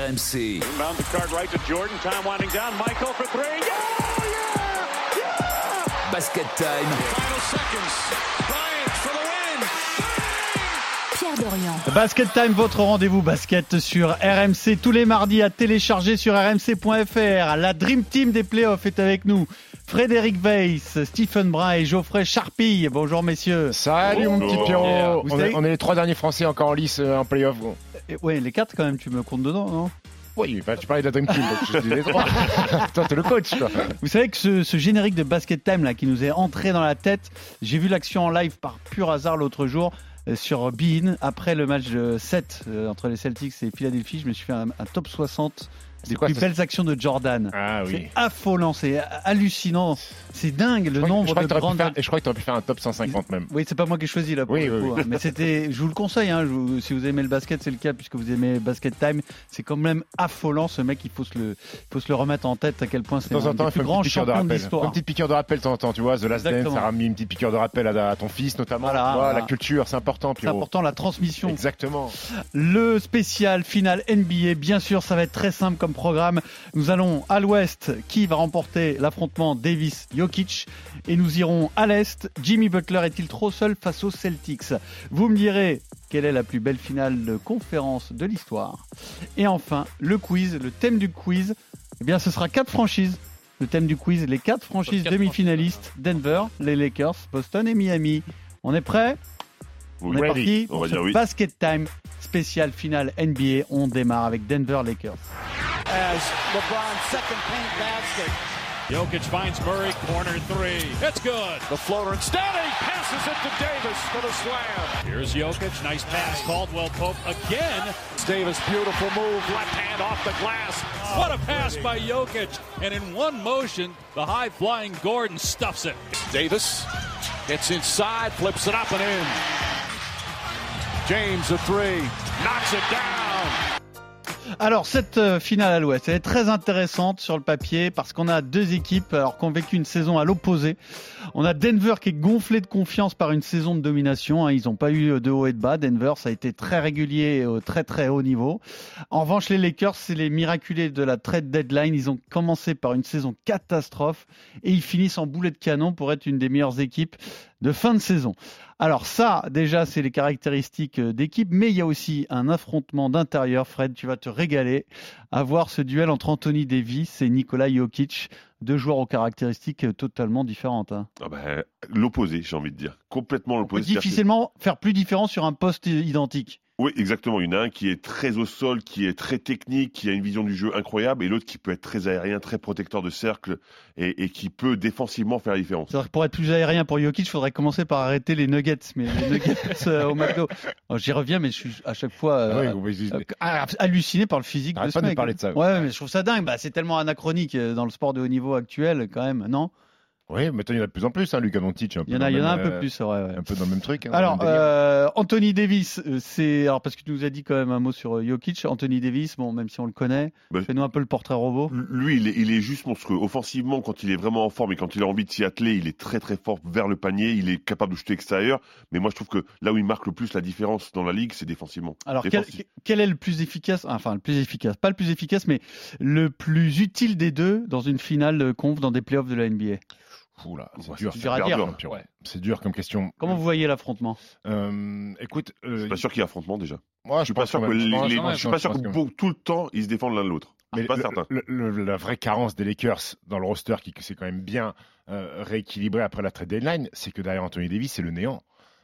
RMC. Inbound the card right to Jordan. Time winding down. Michael for three. Yeah! Yeah! Basket time. Final seconds. Bryant for the win. Pierre Dorian. Basket Time, votre rendez-vous basket sur RMC tous les mardis à télécharger sur rmc.fr. La Dream Team des playoffs est avec nous. Frédéric Weiss, Stephen Brun et Geoffrey Charpille. Bonjour messieurs. Salut mon petit Pierrot. Yeah. On est les 3 derniers Français encore en lice en playoff. Ouais, les 4 quand même, tu me comptes dedans, non ? Oui, bah, tu parlais de la Dream Team, donc je dis les 3. Toi, t'es le coach, quoi. Vous savez que ce générique de Basket Time là, qui nous est entré dans la tête, j'ai vu l'action en live par pur hasard l'autre jour sur Bein. Après le match 7 entre les Celtics et Philadelphie, je me suis fait un top 60 des plus belles actions de Jordan. Ah oui. C'est affolant, c'est hallucinant, c'est dingue le nombre de grandes... Et je crois que tu aurais pu faire un top 150 même. Oui, c'est pas moi qui ai choisi là pour le coup. Mais c'était, je vous le conseille, hein, si vous aimez le basket, c'est le cas puisque vous aimez Basket Time. C'est quand même affolant ce mec, il faut se le remettre en tête à quel point c'est un des plus grands champions de l'histoire. Une petite piqûre de rappel de temps en temps, tu vois, The Last Dance, ça a ramené une petite piqûre de rappel à ton fils notamment. Voilà. La culture, c'est important, Pierrot. C'est important, la transmission. Exactement. Le spécial final NBA, bien sûr, ça va être très simple comme programme. Nous allons à l'ouest, qui va remporter l'affrontement Davis-Jokic, et nous irons à l'est. Jimmy Butler est-il trop seul face aux Celtics ? Vous me direz quelle est la plus belle finale de conférence de l'histoire. Et enfin, le quiz, le thème du quiz, eh bien ce sera 4 franchises. Le thème du quiz, les 4 franchises demi-finalistes, Denver, les Lakers, Boston et Miami. On est prêts ? On est parti pour ce Basket Time spécial finale NBA. On démarre avec Denver Lakers. As LeBron's second paint basket. Jokic finds Murray, corner three. It's good. The floater and steady. Passes it to Davis for the slam. Here's Jokic. Nice pass. Caldwell Pope again. Davis, beautiful move. Left hand off the glass. What a pass by Jokic. And in one motion, the high-flying Gordon stuffs it. Davis gets inside, flips it up and in. James a three. Knocks it down. Alors cette finale à l'ouest, elle est très intéressante sur le papier parce qu'on a deux équipes qui ont vécu une saison à l'opposé. On a Denver qui est gonflé de confiance par une saison de domination. Ils n'ont pas eu de haut et de bas. Denver, ça a été très régulier et au très très haut niveau. En revanche, les Lakers, c'est les miraculés de la trade deadline. Ils ont commencé par une saison catastrophe et ils finissent en boulet de canon pour être une des meilleures équipes de fin de saison. Alors ça, déjà, c'est les caractéristiques d'équipe, mais il y a aussi un affrontement d'intérieur. Fred, tu vas te régaler à voir ce duel entre Anthony Davis et Nikola Jokic, deux joueurs aux caractéristiques totalement différentes. Hein. Ah bah, l'opposé, j'ai envie de dire. Complètement l'opposé. On peut difficilement faire plus différent sur un poste identique. Oui, exactement. Il y en a un qui est très au sol, qui est très technique, qui a une vision du jeu incroyable, et l'autre qui peut être très aérien, très protecteur de cercle, et qui peut défensivement faire la différence. C'est-à-dire que pour être plus aérien pour Jokic, il faudrait commencer par arrêter les nuggets, mais les nuggets au McDo. Alors, j'y reviens, mais je suis à chaque fois halluciné par le physique de ce mec. Parler de ça. Ouais, mais je trouve ça dingue. Bah, c'est tellement anachronique dans le sport de haut niveau actuel, quand même, non ? Oui, mais il y en a de plus en plus, hein, Luka Doncic. Il y en a un peu plus, c'est vrai. Ouais. Un peu dans le même truc. Hein, alors, Anthony Davis, parce que tu nous as dit quand même un mot sur Jokic. Anthony Davis, bon, même si on le connaît, fais-nous un peu le portrait robot. Lui, il est juste monstrueux. Offensivement, quand il est vraiment en forme et quand il a envie de s'y atteler, il est très très fort vers le panier. Il est capable de shooter extérieur. Mais moi, je trouve que là où il marque le plus la différence dans la ligue, c'est défensivement. Alors, quel est le plus efficace ? Enfin, le plus efficace, pas le plus efficace, mais le plus utile des deux dans une finale de conf dans des playoffs de la NBA ? Oula, c'est dur à dire. C'est dur comme question. Comment vous voyez l'affrontement ? Écoute, je suis pas sûr qu'il y ait affrontement déjà. Moi, je suis pas sûr que tout le temps ils se défendent l'un de l'autre. Mais pas certain. La vraie carence des Lakers dans le roster qui s'est quand même bien rééquilibré après la trade deadline, c'est que derrière Anthony Davis, c'est le néant.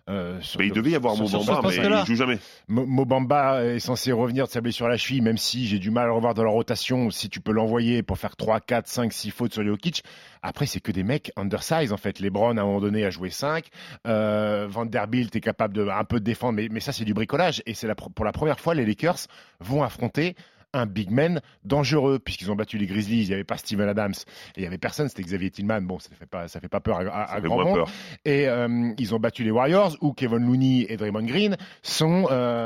Il devait y avoir Mo Bamba, mais il joue jamais. Mo Bamba est censé revenir de sa blessure à la cheville, même si j'ai du mal à le revoir dans la rotation. Si tu peux l'envoyer pour faire 3, 4, 5, 6 fautes sur Jokic, après c'est que des mecs undersize en fait. LeBron à un moment donné a joué 5, Vanderbilt est capable de un peu défendre, mais ça c'est du bricolage. Et c'est pour la première fois les Lakers vont affronter un big man dangereux, puisqu'ils ont battu les Grizzlies, il n'y avait pas Steven Adams, et il n'y avait personne, c'était Xavier Tillman, bon, ça fait pas peur à grand monde, et ils ont battu les Warriors, où Kevin Looney et Draymond Green sont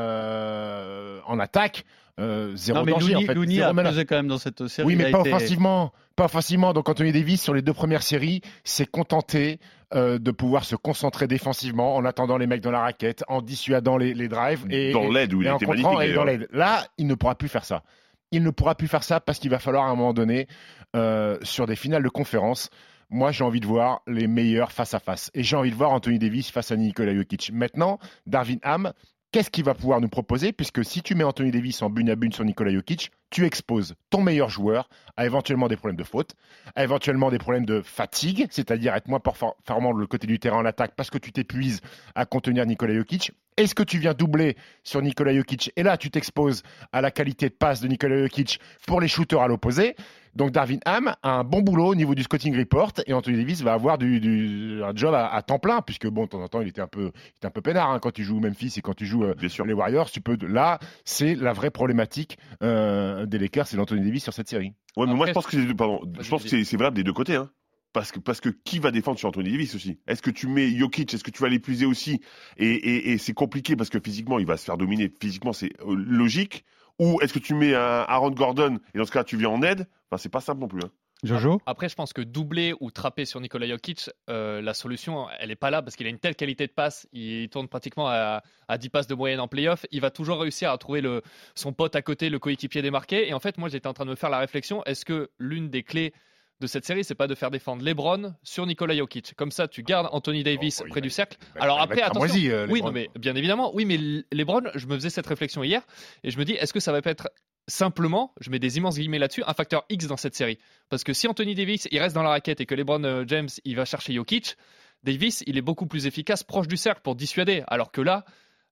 en attaque, zéro danger, Looney, en fait. Looney a pesé quand même dans cette série. Oui, mais pas offensivement, donc Anthony Davis, sur les 2 premières séries, s'est contenté de pouvoir se concentrer défensivement en attendant les mecs dans la raquette, en dissuadant les drives. Dans l'aide où il était magnifique. Et dans l'aide. Là, il ne pourra plus faire ça. il ne pourra plus faire ça parce qu'il va falloir à un moment donné, sur des finales de conférence, moi j'ai envie de voir les meilleurs face à face. Et j'ai envie de voir Anthony Davis face à Nikola Jokic. Maintenant, Darvin Ham, qu'est-ce qu'il va pouvoir nous proposer? Puisque si tu mets Anthony Davis en bune à bune sur Nikola Jokic, tu exposes ton meilleur joueur à éventuellement des problèmes de faute, à éventuellement des problèmes de fatigue, c'est-à-dire être moins performant de l'autre côté du terrain en attaque parce que tu t'épuises à contenir Nikola Jokic. Est-ce que tu viens doubler sur Nikola Jokic? Et là, tu t'exposes à la qualité de passe de Nikola Jokic pour les shooters à l'opposé. Donc Darvin Ham a un bon boulot au niveau du scouting report et Anthony Davis va avoir un job à temps plein, puisque bon, de temps en temps, il était un peu peinard quand tu joues Memphis et quand tu joues les Warriors. Là, c'est la vraie problématique des Lakers, c'est l'Anthony Davis sur cette série. Ouais, mais moi je pense que c'est vrai des deux côtés, hein. Parce que qui va défendre sur Anthony Davis aussi? Est-ce que tu mets Jokic? Est-ce que tu vas l'épuiser aussi? Et c'est compliqué parce que physiquement, il va se faire dominer. Physiquement, c'est logique. Ou est-ce que tu mets un Aaron Gordon et dans ce cas, tu viens en aide? Enfin, c'est pas simple non plus. Hein. Jojo? Après, je pense que doubler ou trapper sur Nikola Jokic, la solution, elle n'est pas là parce qu'il a une telle qualité de passe. Il tourne pratiquement à 10 passes de moyenne en play-off. Il va toujours réussir à trouver son pote à côté, le coéquipier démarqué. Et en fait, moi, j'étais en train de me faire la réflexion. Est-ce que l'une des clés de cette série, c'est pas de faire défendre LeBron sur Nikola Jokic. Comme ça, tu gardes Anthony Davis près du cercle. Alors après, attention. Oui, non, mais bien évidemment. Oui, mais LeBron, je me faisais cette réflexion hier et je me dis, est-ce que ça va pas être simplement, je mets des immenses guillemets là-dessus, un facteur X dans cette série? Parce que si Anthony Davis, il reste dans la raquette et que LeBron James, il va chercher Jokic, Davis, il est beaucoup plus efficace proche du cercle pour dissuader. Alors que là,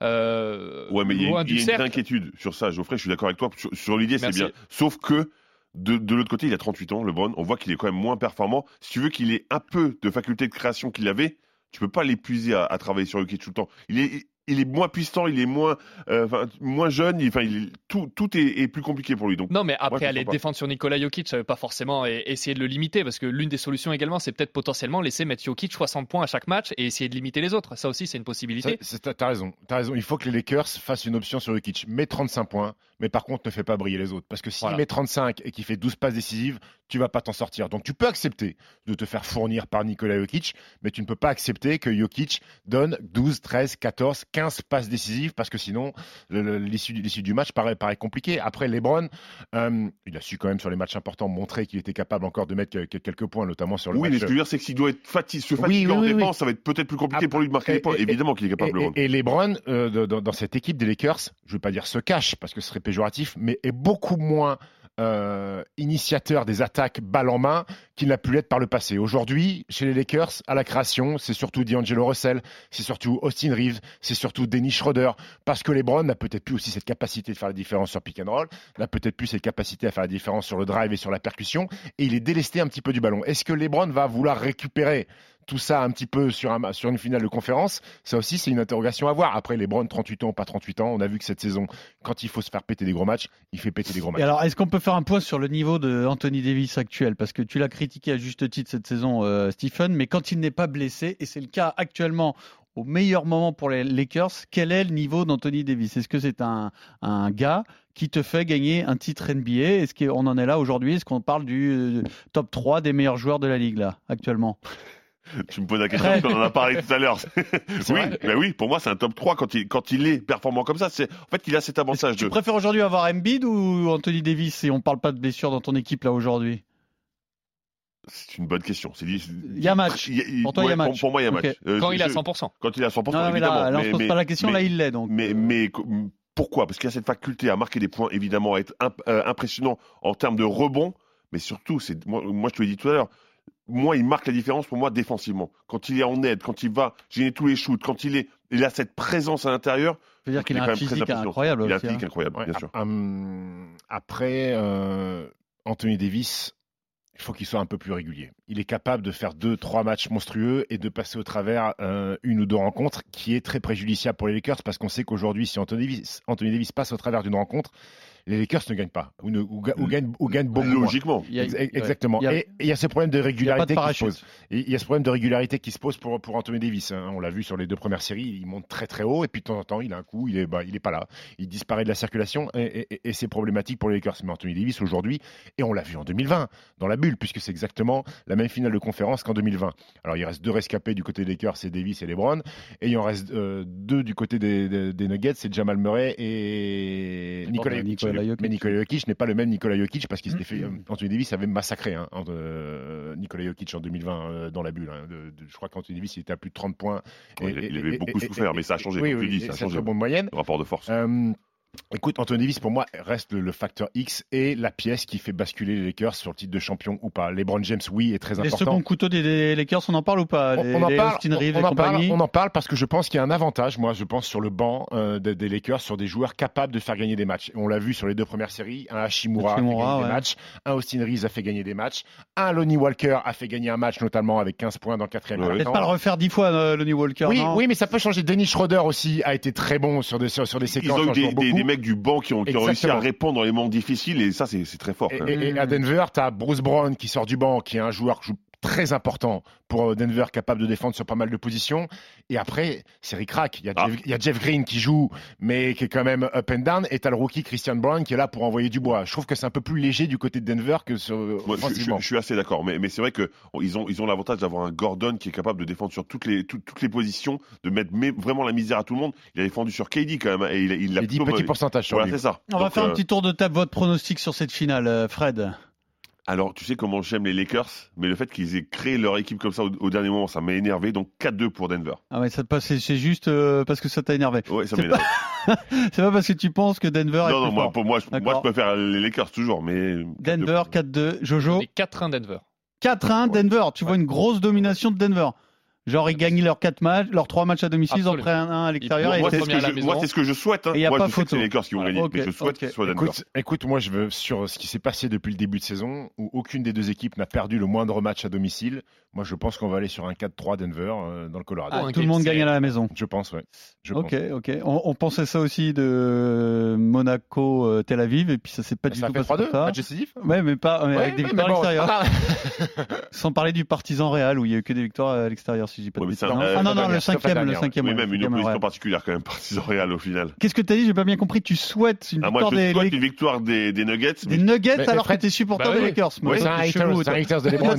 ouais, mais il y a une vraie inquiétude sur ça, Geoffrey. Je suis d'accord avec toi. Sur l'idée, c'est bien. Sauf que de l'autre côté, il a 38 ans, LeBron. On voit qu'il est quand même moins performant. Si tu veux qu'il ait un peu de faculté de création qu'il avait, tu peux pas l'épuiser à travailler sur Jokic tout le temps. Il est moins puissant, il est moins jeune. Tout est plus compliqué pour lui. Donc, non, mais après, aller défendre sur Nikola Jokic, ça veut pas forcément essayer de le limiter, parce que l'une des solutions également, c'est peut-être potentiellement laisser mettre Jokic 60 points à chaque match et essayer de limiter les autres. Ça aussi, c'est une possibilité. T'as raison. Il faut que les Lakers fassent une option sur Jokic. Mets 35 points, mais par contre, ne fais pas briller les autres. Parce que s'il met 35 et qu'il fait 12 passes décisives, tu vas pas t'en sortir. Donc tu peux accepter de te faire fournir par Nikola Jokic, mais tu ne peux pas accepter que Jokic donne 12, 13, 14, 15 passes décisives, parce que sinon l'issue du match paraît compliquée. Après, LeBron, il a su quand même sur les matchs importants montrer qu'il était capable encore de mettre quelques points, notamment sur le match. Oui, mais ce que je veux dire, c'est que s'il doit être fatigué en défense, ça va être peut-être plus compliqué pour lui de marquer les points. Évidemment qu'il est capable, LeBron. Et LeBron, dans cette équipe des Lakers, je ne veux pas dire se cache, parce que ce serait péjoratif, mais est beaucoup moins initiateur des attaques balle en main qu'il n'a pu l'être par le passé. Aujourd'hui, chez les Lakers, à la création, c'est surtout D'Angelo Russell, c'est surtout Austin Reeves, c'est surtout Dennis Schroeder, parce que LeBron n'a peut-être plus aussi cette capacité de faire la différence sur pick and roll, n'a peut-être plus cette capacité à faire la différence sur le drive et sur la percussion, et il est délesté un petit peu du ballon. Est-ce que LeBron va vouloir récupérer tout ça un petit peu sur une finale de conférence? Ça aussi, c'est une interrogation à voir. Après, LeBron, 38 ans ou pas 38 ans, on a vu que cette saison, quand il faut se faire péter des gros matchs, il fait péter des gros matchs. Et alors, est-ce qu'on peut faire un point sur le niveau de Anthony Davis actuel? Parce que tu l'as critiqué à juste titre cette saison, Stephen, mais quand il n'est pas blessé, et c'est le cas actuellement au meilleur moment pour les Lakers, quel est le niveau d'Anthony Davis? Est-ce que c'est un gars qui te fait gagner un titre NBA? Est-ce qu'on en est là aujourd'hui? Est-ce qu'on parle du top 3 des meilleurs joueurs de la Ligue, là, actuellement? Tu me poses la question, on en a parlé tout à l'heure. Oui, pour moi, c'est un top 3 quand il est performant comme ça. En fait, il a cet avantage. Tu préfères aujourd'hui avoir Embiid ou Anthony Davis, et on ne parle pas de blessure dans ton équipe là aujourd'hui? C'est une bonne question. Il y a match. Pour toi, il y a match. Pour moi, il y a match. Quand il est à 100%. Quand il est à 100%, non, évidemment. Là, on ne se pose pas la question, là, il l'est. Donc. Mais pourquoi? Parce qu'il a cette faculté à marquer des points, évidemment, à être impressionnant en termes de rebond. Mais surtout, moi, je te l'ai dit tout à l'heure, moi, il marque la différence pour moi défensivement. Quand il est en aide, quand il va gêner tous les shoots, quand il a cette présence à l'intérieur. Je veux dire qu'il a un physique incroyable. Il a un physique incroyable, bien sûr. Après, Anthony Davis, il faut qu'il soit un peu plus régulier. Il est capable de faire 2-3 matchs monstrueux et de passer au travers une ou deux rencontres, qui est très préjudiciable pour les Lakers, parce qu'on sait qu'aujourd'hui, si Anthony Davis passe au travers d'une rencontre, les Lakers ne gagnent pas, ou gagnent beaucoup logiquement. Moins. Exactement. Et il y a ce problème de régularité qui se pose. Il y a ce problème de régularité qui se pose pour Anthony Davis. On l'a vu sur les 2 premières séries, il monte très très haut, et puis de temps en temps, il a un coup, il est pas là. Il disparaît de la circulation, et c'est problématique pour les Lakers. Mais Anthony Davis aujourd'hui, et on l'a vu en 2020, dans la bulle, puisque c'est exactement la même finale de conférence qu'en 2020. Alors il reste 2 rescapés du côté des Lakers, c'est Davis et LeBron, et il en reste 2 du côté des Nuggets, c'est Jamal Murray et Nikola Jokic. Mais Nikola Jokic n'est pas le même Nikola Jokic parce qu'il s'était fait. Anthony Davis avait massacré Nikola Jokic en 2020 dans la bulle. Je crois qu'Anthony Davis il était à plus de 30 points. Il avait beaucoup souffert, mais ça a changé. Oui, ça a c'est changé. une très bonne moyenne. Le rapport de force. Écoute, Anthony Davis, pour moi, reste le facteur X et la pièce qui fait basculer les Lakers sur le titre de champion ou pas. LeBron James, oui, est très important. Les seconds couteaux des Lakers, on en parle ou pas? On en parle parce que je pense qu'il y a un avantage, moi, je pense, sur le banc des Lakers, sur des joueurs capables de faire gagner des matchs. On l'a vu sur les 2 premières séries. Un Hachimura a fait gagner des matchs. Un Austin Reeves a fait gagner des matchs. Un Lonnie Walker a fait gagner un match, notamment avec 15 points dans le 4e quart-temps. Peut-être pas le refaire 10 fois, Lonnie Walker. Oui, mais ça peut changer. Dennis Schroeder aussi a été très bon sur des séquences. Ils ont eu des mecs du banc qui ont réussi à répondre dans les moments difficiles et ça c'est très fort. Et à Denver, tu as Bruce Brown qui sort du banc, qui est un joueur très important pour Denver, capable de défendre sur pas mal de positions. Et après, c'est ric-rac. Il y a Jeff Green qui joue, mais qui est quand même up and down. Et tu as le rookie Christian Brown qui est là pour envoyer du bois. Je trouve que c'est un peu plus léger du côté de Denver que sur. Moi, je suis assez d'accord. Mais c'est vrai qu'ils ont l'avantage d'avoir un Gordon qui est capable de défendre sur toutes les positions, de mettre vraiment la misère à tout le monde. Il a défendu sur KD quand même. Et il a dit petit pourcentage sur lui. C'est ça. On va faire un petit tour de table. Votre pronostic sur cette finale, Fred? Alors, tu sais comment j'aime les Lakers, mais le fait qu'ils aient créé leur équipe comme ça au dernier moment, ça m'a énervé. Donc 4-2 pour Denver. Ah ouais, ça te passe, c'est juste parce que ça t'a énervé. Ouais, ça m'énerve. C'est pas parce que tu penses que Denver est non, plus fort. moi, je préfère les Lakers toujours, mais. Denver 4-2. Jojo. 4-1 Denver. 4-1 Denver. Tu vois une grosse domination de Denver. Genre, ils gagnent leurs 3 matchs à domicile, ils en prennent un à l'extérieur. Moi, c'est ce que je souhaite. Il n'y a moi, pas je photo. sais que c'est les Lakers qui vont gagner, mais je souhaite que ce soit Denver. Écoute, moi, je veux sur ce qui s'est passé depuis le début de saison, où aucune des 2 équipes n'a perdu le moindre match à domicile. Moi, je pense qu'on va aller sur un 4-3 Denver dans le Colorado. Tout le monde gagne à la maison. Je pense, ouais. Ok. On pensait ça aussi de Monaco, Tel Aviv, et puis ça s'est pas du tout passé. Ça fait 3-2, match décisif. Ouais, mais pas avec des victoires à l'extérieur. Sans parler du Partizan Real, où il y a eu que des victoires à l'extérieur, si je dis pas de bêtises. Non, le cinquième. Oui, même une opposition particulière quand même, Partizan Real au final. Qu'est-ce que t'as dit? J'ai pas bien compris. Tu souhaites une victoire des... Moi, je souhaite une victoire des Nuggets. Des Nuggets alors que t'es supporter des Lakers. Oui, c'est un haters de LeBron.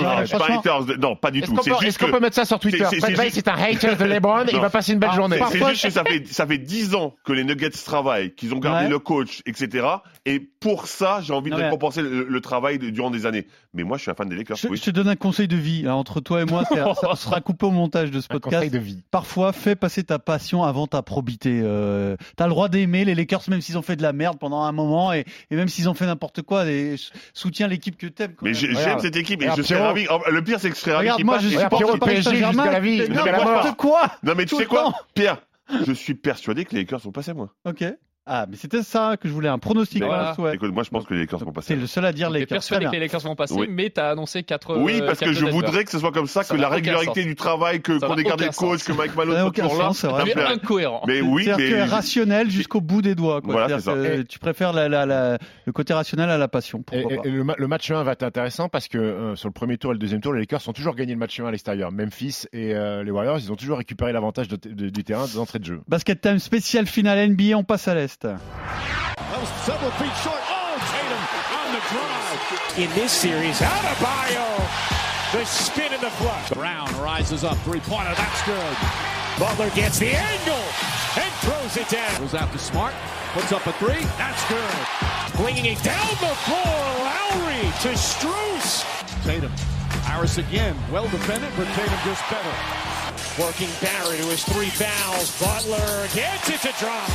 Non, pas du tout. Est-ce qu'on peut mettre ça sur Twitter? C'est un hater de LeBron, il va passer une belle journée. C'est juste que ça fait 10 ans que les Nuggets travaillent, qu'ils ont gardé le coach, etc. Et pour ça, j'ai envie de récompenser le travail durant des années. Mais moi, je suis un fan des Lakers. Je te donne un conseil de vie. Entre toi et moi, ça sera coupé au montage de ce podcast. Conseil de vie. Parfois, fais passer ta passion avant ta probité. T'as le droit d'aimer les Lakers, même s'ils ont fait de la merde pendant un moment, et même s'ils ont fait n'importe quoi. Soutiens l'équipe que t'aimes. Mais j'aime cette équipe et je serais ravi. Le pire, c'est que je serais ravi. Regarde, moi, je supporte le PSG jusqu'à la vie. N'importe quoi. Non, mais tu sais quoi, Pierre? Je suis persuadé que les Lakers vont passer, moi. Ok. Ah, mais c'était ça que je voulais, un pronostic. Écoute, moi je pense que les Lakers vont passer. C'est le seul à dire les Lakers. T'es persuadé que les Lakers vont passer, mais t'as annoncé 4. Oui, parce que je voudrais que ce soit comme ça, que la régularité du travail, qu'on ait gardé le coach, que Mike Malone soit toujours là. C'est incohérent. Mais oui, c'est-à-dire que tu es rationnel jusqu'au bout des doigts. Voilà, c'est ça. Tu préfères le côté rationnel à la passion. Et le match 1 va être intéressant parce que sur le premier tour et le deuxième tour, les Lakers ont toujours gagné le match 1 à l'extérieur. Memphis et les Warriors, ils ont toujours récupéré l'avantage du terrain d'entrée de jeu. Basket Time spécial finale NBA, on passe à l'Est. That was several feet short. Oh, Tatum on the drive. In this series, Adebayo. The spin and the flush. Brown rises up. Three-pointer. That's good. Butler gets the angle and throws it down. Goes out to Smart. Puts up a three. That's good. Flinging it down the floor. Lowry to Strus. Tatum. Harris again. Well defended, but Tatum just better. Working Barry to his 3 fouls. Butler gets it to drop.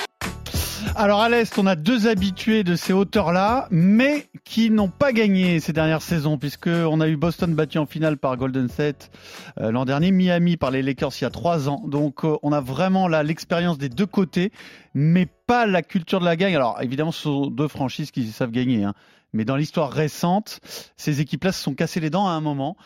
Alors à l'Est, on a 2 habitués de ces hauteurs-là, mais qui n'ont pas gagné ces dernières saisons, puisqu'on a eu Boston battu en finale par Golden State l'an dernier, Miami par les Lakers il y a 3 ans. Donc on a vraiment là l'expérience des 2 côtés, mais pas la culture de la gagne. Alors évidemment, ce sont 2 franchises qui savent gagner, mais dans l'histoire récente, ces équipes-là se sont cassées les dents à un moment.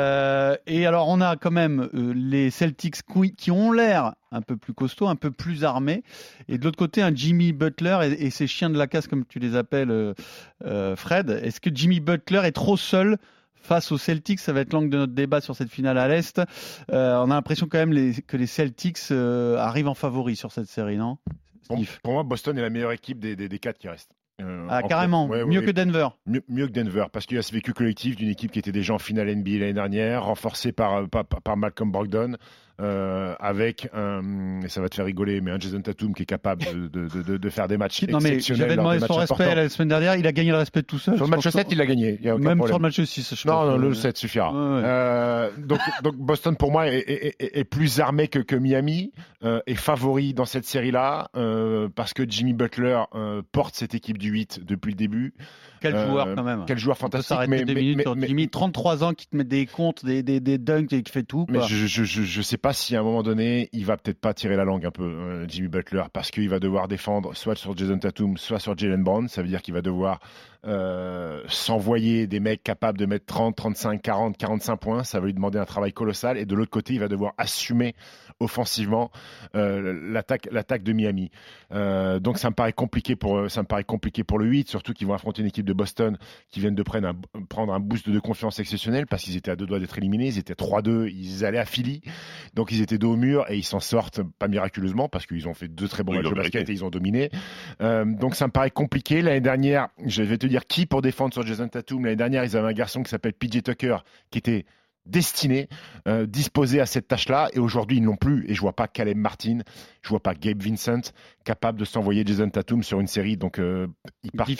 Et alors, on a quand même les Celtics qui ont l'air un peu plus costauds, un peu plus armés. Et de l'autre côté, un Jimmy Butler et ces chiens de la casse, comme tu les appelles, Fred. Est-ce que Jimmy Butler est trop seul face aux Celtics? Ça va être l'angle de notre débat sur cette finale à l'Est. On a l'impression quand même que les Celtics arrivent en favori sur cette série, non? Pour moi, Boston est la meilleure équipe des 4 qui restent. Carrément, mieux que Denver. Mieux que Denver, parce qu'il y a ce vécu collectif d'une équipe qui était déjà en finale NBA l'année dernière, renforcée par Malcolm Brogdon. avec et ça va te faire rigoler, mais un Jason Tatum qui est capable de faire des matchs exceptionnels. J'avais demandé son respect la semaine dernière, il a gagné le respect tout seul. Sur le match 7, il a gagné. Il y a aucun même problème. sur le match 6. Non, le 7 suffira. Donc Boston, pour moi, est plus armé que Miami, est favori dans cette série-là, parce que Jimmy Butler porte cette équipe du 8 depuis le début. Quel joueur quand même. Quel joueur fantastique. Mais 2 minutes sur Jimmy, 33 ans, qui te met des comptes, des dunks et qui fait tout. Mais je sais pas si à un moment donné, il va peut-être pas tirer la langue un peu, Jimmy Butler, parce qu'il va devoir défendre soit sur Jason Tatum, soit sur Jaylen Brown. Ça veut dire qu'il va devoir s'envoyer des mecs capables de mettre 30, 35, 40, 45 points. Ça va lui demander un travail colossal. Et de l'autre côté, il va devoir assumer offensivement l'attaque de Miami. Donc ça me paraît compliqué pour le 8, surtout qu'ils vont affronter une équipe de Boston qui viennent de prendre un boost de confiance exceptionnel, parce qu'ils étaient à 2 doigts d'être éliminés. Ils étaient 3-2, ils allaient à Philly, donc ils étaient dos au mur et ils s'en sortent pas miraculeusement, parce qu'ils ont fait 2 très bons matchs de basket et ils ont dominé. Donc ça me paraît compliqué. L'année dernière, je vais te dire qui pour défendre sur Jason Tatum. L'année dernière, ils avaient un garçon qui s'appelle PJ Tucker, qui était destiné, disposé à cette tâche-là, et aujourd'hui ils ne l'ont plus. Et je vois pas Caleb Martin, je vois pas Gabe Vincent capable de s'envoyer Jason Tatum sur une série. Donc ils partent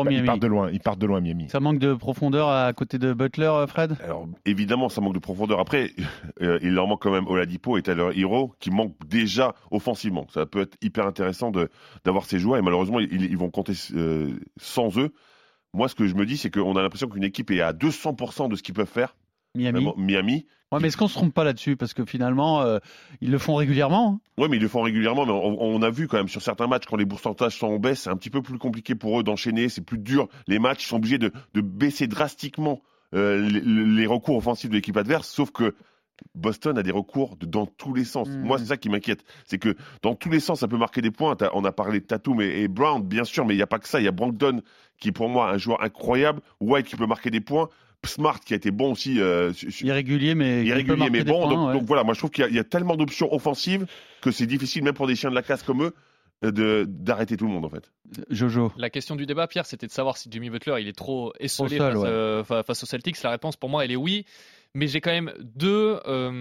de loin Miami. Ça manque de profondeur à côté de Butler, Fred? Alors évidemment, ça manque de profondeur. Après, il leur manque quand même Oladipo et Tyler Hero, qui manquent déjà offensivement. Ça peut être hyper intéressant d'avoir ces joueurs, et malheureusement ils vont compter sans eux. Moi, ce que je me dis, c'est qu'on a l'impression qu'une équipe est à 200% de ce qu'ils peuvent faire. Miami. Ouais, mais est-ce qu'on se trompe pas là-dessus? Parce que finalement, ils le font régulièrement. Oui, mais ils le font régulièrement. Mais on a vu quand même sur certains matchs, quand les pourcentages sont en baisse, c'est un petit peu plus compliqué pour eux d'enchaîner. C'est plus dur. Les matchs, ils sont obligés de baisser drastiquement les recours offensifs de l'équipe adverse. Sauf que Boston a des recours dans tous les sens. Moi, c'est ça qui m'inquiète. C'est que dans tous les sens, ça peut marquer des points. On a parlé de Tatum et Brown, bien sûr, mais il n'y a pas que ça. Il y a Brogdon, qui est pour moi un joueur incroyable. White, qui peut marquer des points. Smart, qui a été bon aussi. Irrégulier, mais bon. Points, donc voilà, moi je trouve qu'il y a tellement d'options offensives que c'est difficile, même pour des chiens de la casse comme eux, d'arrêter tout le monde en fait. Jojo. La question du débat, Pierre, c'était de savoir si Jimmy Butler il est trop esselé face aux Celtics. La réponse pour moi, elle est oui. Mais j'ai quand même deux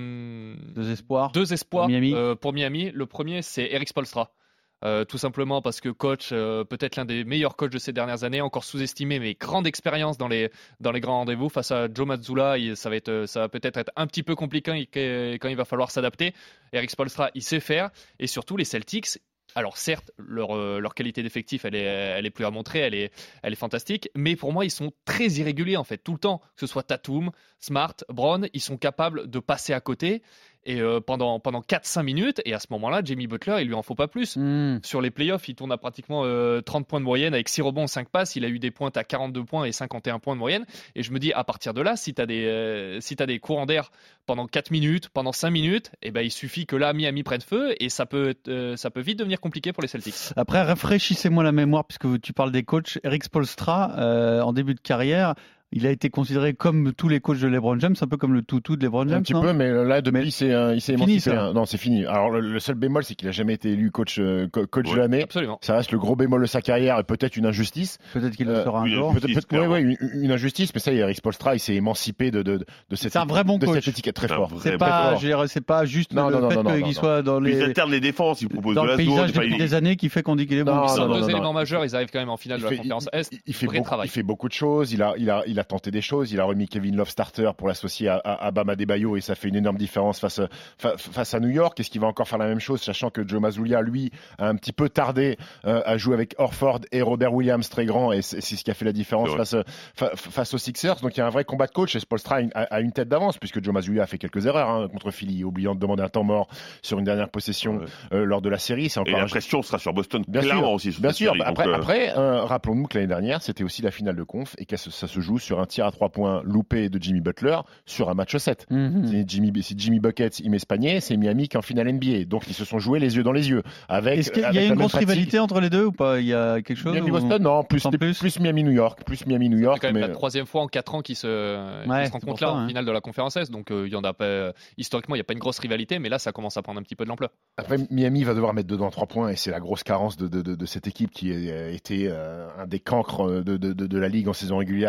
espoirs pour Miami. Le premier, c'est Eric Spoelstra. Tout simplement parce que coach, peut-être l'un des meilleurs coachs de ces dernières années, encore sous-estimé, mais grande expérience dans les grands rendez-vous. Face à Joe Mazzulla, ça va peut-être être un petit peu compliqué quand il va falloir s'adapter. Eric Spoelstra, il sait faire. Et surtout, les Celtics, alors certes, leur qualité d'effectif, elle est plus à montrer, elle est fantastique, mais pour moi, ils sont très irréguliers en fait, tout le temps. Que ce soit Tatum, Smart, Brown, ils sont capables de passer à côté. Et pendant 4-5 minutes, et à ce moment-là, Jimmy Butler, il lui en faut pas plus. Sur les playoffs, il tourne à pratiquement 30 points de moyenne avec 6 rebonds, 5 passes. Il a eu des pointes à 42 points et 51 points de moyenne. Et je me dis, à partir de là, si tu as des courants d'air pendant 4 minutes, pendant 5 minutes, eh ben, il suffit que là, Miami prenne feu et ça peut vite devenir compliqué pour les Celtics. Après, rafraîchissez-moi la mémoire, puisque tu parles des coachs. Eric Spoelstra, en début de carrière, il a été considéré comme tous les coachs de LeBron James, un peu comme le toutou de LeBron James. Un petit peu, mais là, depuis, il s'est émancipé. Non, c'est fini. Alors, le seul bémol, c'est qu'il n'a jamais été élu coach de l'année. Absolument. Ça reste le gros bémol de sa carrière et peut-être une injustice. Peut-être qu'il le sera un jour. Une injustice, mais ça, Eric Spoelstra, il s'est émancipé de cette étiquette très fort. C'est pas juste le fait qu'il soit dans les. Ils alternent les défenses, ils proposent dans de la le paysage depuis des années qui fait qu'on dit qu'il est bon. Ils sont deux éléments majeurs, ils arrivent quand même en finale de la conférence Est. Il fait beaucoup de choses, il a tenté des choses, il a remis Kevin Love starter pour l'associer à Bam Adebayo et ça fait une énorme différence face à New York. Est-ce qu'il va encore faire la même chose, sachant que Joe Mazzulla, lui, a un petit peu tardé à jouer avec Horford et Robert Williams très grand, et c'est ce qui a fait la différence face aux Sixers. Donc il y a un vrai combat de coach et Spoelstra a une tête d'avance, puisque Joe Mazzulla a fait quelques erreurs contre Philly, oubliant de demander un temps mort sur une dernière possession lors de la série. Et la pression sera sur Boston, clairement aussi. Bien sûr. Après, rappelons-nous que l'année dernière, c'était aussi la finale de conf et que ça se joue sur un tir à 3 points loupé de Jimmy Butler sur un match 7. Si Jimmy Buckets il met ce panier, c'est Miami qui est en finale NBA. Donc ils se sont joués les yeux dans les yeux. Est-ce qu'il y a une grosse rivalité entre les deux ou pas? Il y a quelque chose? Miami-Boston, non, plus Miami-New York. C'est quand même la troisième fois en 4 ans qu'ils se rencontrent là en finale de la conférence Est. Donc il y en a pas, historiquement, il n'y a pas une grosse rivalité, mais là ça commence à prendre un petit peu de l'ampleur. Après, Miami va devoir mettre dedans 3 points et c'est la grosse carence de cette équipe qui a été un des cancres de la ligue en saison régulière sur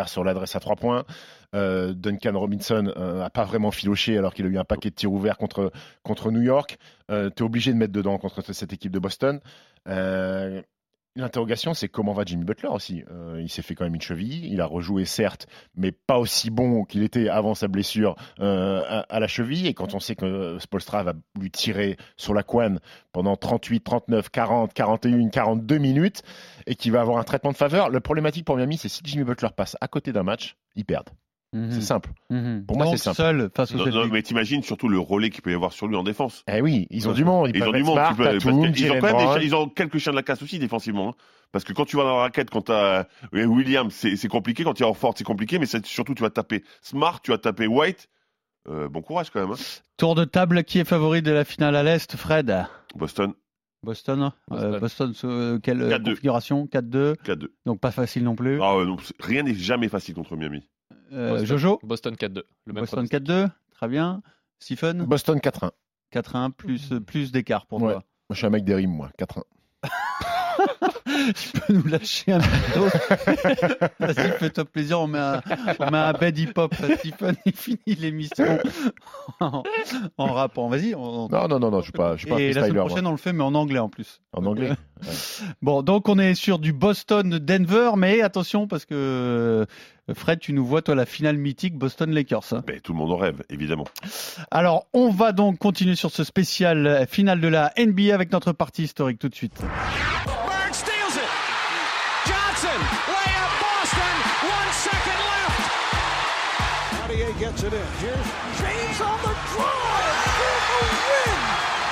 passe à 3 points. Duncan Robinson n'a pas vraiment filoché alors qu'il a eu un paquet de tirs ouverts contre New York. Tu es obligé de mettre dedans contre cette équipe de Boston. L'interrogation, c'est comment va Jimmy Butler aussi. Il s'est fait quand même une cheville. Il a rejoué, certes, mais pas aussi bon qu'il était avant sa blessure à la cheville. Et quand on sait que Spoelstra va lui tirer sur la couenne pendant 38, 39, 40, 41, 42 minutes et qu'il va avoir un traitement de faveur, le problématique pour Miami, c'est si Jimmy Butler passe à côté d'un match, ils perdent. C'est simple. Pour moi, c'est simple. Seul face aux non, mais t'imagines surtout le relais qu'il peut y avoir sur lui en défense. Eh oui, ils ont du monde. Ils ont du monde. Ils ont quelques chiens de la casse aussi défensivement. Hein. Parce que quand tu vas dans la raquette, quand tu as Williams, c'est compliqué. Quand tu es en Ford, c'est compliqué. Mais surtout, tu vas taper Smart, tu vas taper White. Bon courage quand même. Hein. Tour de table, qui est favori de la finale à l'Est, Fred? Boston. Boston, quelle configuration? 4-2. 4-2. Donc pas facile non plus. Non, rien n'est jamais facile contre Miami. Jojo? Boston 4-2. Boston 4-2, très bien. Stephen? Boston 4-1. 4-1, plus d'écart pour toi. Moi, je suis un mec des rimes, moi. 4-1. Tu peux nous lâcher un peu. Vas-y, fais-toi plaisir, on met un bed hip-hop. Stephen, il finit l'émission en rappant. Vas-y. Non, je suis pas un freestyler. Et la semaine prochaine, on le fait, mais en anglais en plus. En anglais. Ouais. Bon, donc on est sur du Boston-Denver, mais attention, parce que Fred, tu nous vois, toi, la finale mythique Boston-Lakers. Hein. Tout le monde en rêve, évidemment. Alors, on va donc continuer sur ce spécial finale de la NBA avec notre partie historique tout de suite. Bird steals it. Johnson, layup, Boston, 1 second left. Cartier gets it in. Here's James on the drive for the win.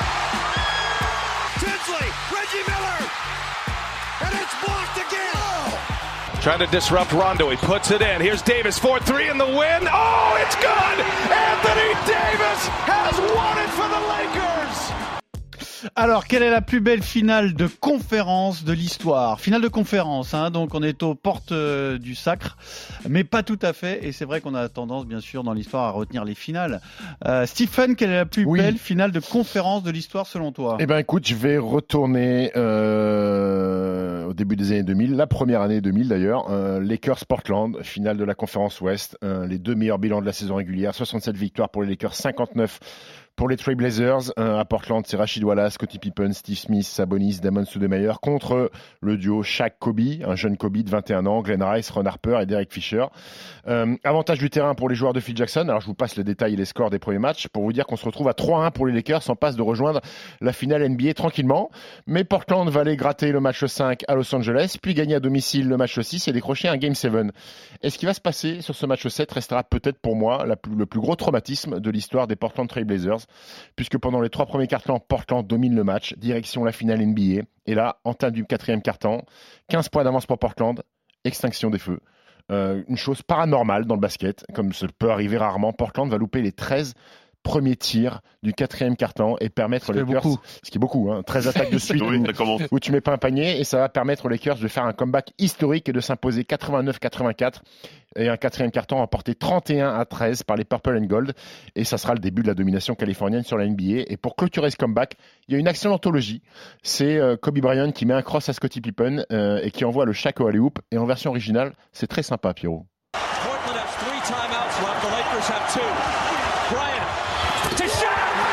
Tinsley, Reggie Miller, and it's blocked again. Trying to disrupt Rondo. He puts it in. Here's Davis, 4-3 in the win. Oh, it's good! Anthony Davis has won it for the Lakers! Alors, quelle est la plus belle finale de conférence de l'histoire? Finale de conférence, hein, donc on est aux portes du sacre, mais pas tout à fait. Et c'est vrai qu'on a tendance, bien sûr, dans l'histoire à retenir les finales. Stephen, quelle est la plus belle finale de conférence de l'histoire selon toi? Eh ben, écoute, je vais retourner au début des années 2000, la première année 2000 d'ailleurs. Lakers-Portland, finale de la conférence Ouest. Les deux meilleurs bilans de la saison régulière, 67 victoires pour les Lakers, 59 pour les Trail Blazers. À Portland, c'est Rashid Wallace, Scottie Pippen, Steve Smith, Sabonis, Damon Stoudemire contre le duo Shaq-Kobe, un jeune Kobe de 21 ans, Glenn Rice, Ron Harper et Derek Fisher. Avantage du terrain pour les joueurs de Phil Jackson. Alors je vous passe les détails et les scores des premiers matchs pour vous dire qu'on se retrouve à 3-1 pour les Lakers en passe de rejoindre la finale NBA tranquillement. Mais Portland va aller gratter le match 5 à Los Angeles, puis gagner à domicile le match 6 et décrocher un Game 7. Et ce qui va se passer sur ce match 7 restera peut-être pour moi le plus gros traumatisme de l'histoire des Portland Trail Blazers, puisque pendant les 3 premiers quart-temps, Portland domine le match, direction la finale NBA. Et là, entame du 4e quart-temps, 15 points d'avance pour Portland, extinction des feux. Une chose paranormale dans le basket, comme ça peut arriver rarement. Portland va louper les 13 premiers tirs du 4e quart-temps et permettre aux Lakers, ce qui est beaucoup, 13 attaques de suite où tu mets pas un panier, et ça va permettre aux Lakers de faire un comeback historique et de s'imposer 89-84 et un 4e quart-temps remporté 31-13 par les Purple and Gold, et ça sera le début de la domination californienne sur la NBA. Et pour clôturer ce comeback, il y a une action d'anthologie, c'est Kobe Bryant qui met un cross à Scottie Pippen et qui envoie le Shaq au alley-oop, et en version originale, c'est très sympa, Pierrot. Portland has 3 timeouts left. The Lakers have 2. Bryant to Shaq.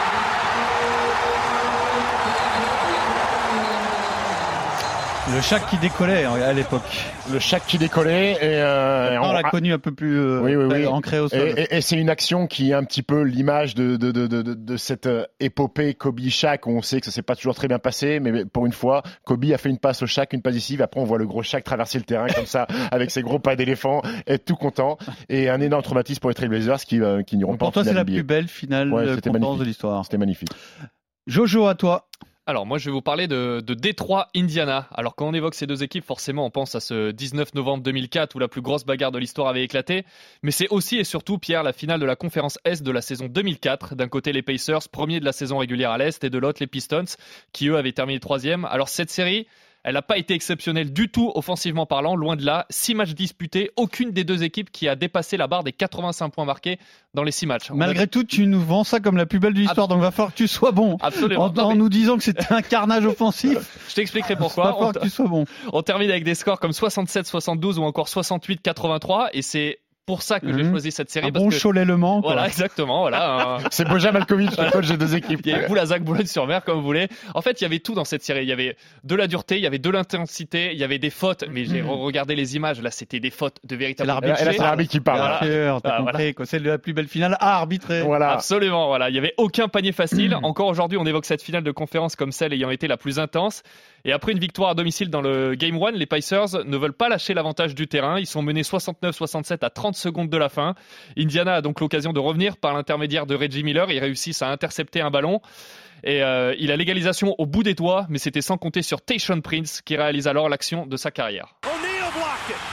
Le Shaq qui décollait à l'époque. Le Shaq qui décollait. On l'a connu un peu plus ancré au sol. Et c'est une action qui est un petit peu l'image de cette épopée Kobe-Shaq, où on sait que ça s'est pas toujours très bien passé, mais pour une fois, Kobe a fait une passe au Shaq, une passe ici, après on voit le gros Shaq traverser le terrain comme ça, avec ses gros pas d'éléphant, être tout content, et un énorme traumatisme pour les Trail Blazers qui n'iront pas en finale. Pour toi, c'est la plus belle finale de conférence de l'histoire. C'était magnifique. Jojo, à toi. Alors moi je vais vous parler de Détroit, Indiana. Alors quand on évoque ces deux équipes, forcément on pense à ce 19 novembre 2004 où la plus grosse bagarre de l'histoire avait éclaté. Mais c'est aussi et surtout, Pierre, la finale de la conférence Est de la saison 2004. D'un côté les Pacers, premiers de la saison régulière à l'Est, et de l'autre les Pistons, qui eux avaient terminé 3e. Alors cette série, elle n'a pas été exceptionnelle du tout offensivement parlant, loin de là. 6 matchs disputés, aucune des deux équipes qui a dépassé la barre des 85 points marqués dans les 6 matchs. Malgré tout, tu nous vends ça comme la plus belle de l'histoire, donc il va falloir que tu sois bon. Absolument. En nous disant que c'était un carnage offensif. Je t'expliquerai pourquoi. Il va falloir que tu sois bon. On termine avec des scores comme 67-72 ou encore 68-83, et c'est pour ça que j'ai choisi cette série. Un bon Cholet-Le-Mans. Voilà, exactement. Voilà. C'est Bojan Malkovich, le coach des deux équipes. Il y avait Boulazac, Boulogne-sur-Mer, comme vous voulez. En fait, il y avait tout dans cette série. Il y avait de la dureté, il y avait de l'intensité, il y avait des fautes. Mais j'ai regardé les images. Là, c'était des fautes de véritable. Et là, c'est l'arbitre qui parle. Voilà. T'as compris, quoi. C'est la plus belle finale à arbitrer. Voilà. Absolument. Voilà. Il n'y avait aucun panier facile. Encore aujourd'hui, on évoque cette finale de conférence comme celle ayant été la plus intense. Et après une victoire à domicile dans le Game 1, les Pacers ne veulent pas lâcher l'avantage du terrain. Ils sont menés 69-67 à 30 secondes de la fin. Indiana a donc l'occasion de revenir par l'intermédiaire de Reggie Miller. Ils réussissent à intercepter un ballon. Et il a l'égalisation au bout des doigts, mais c'était sans compter sur Tayshaun Prince qui réalise alors l'action de sa carrière. O'Neal blocked it.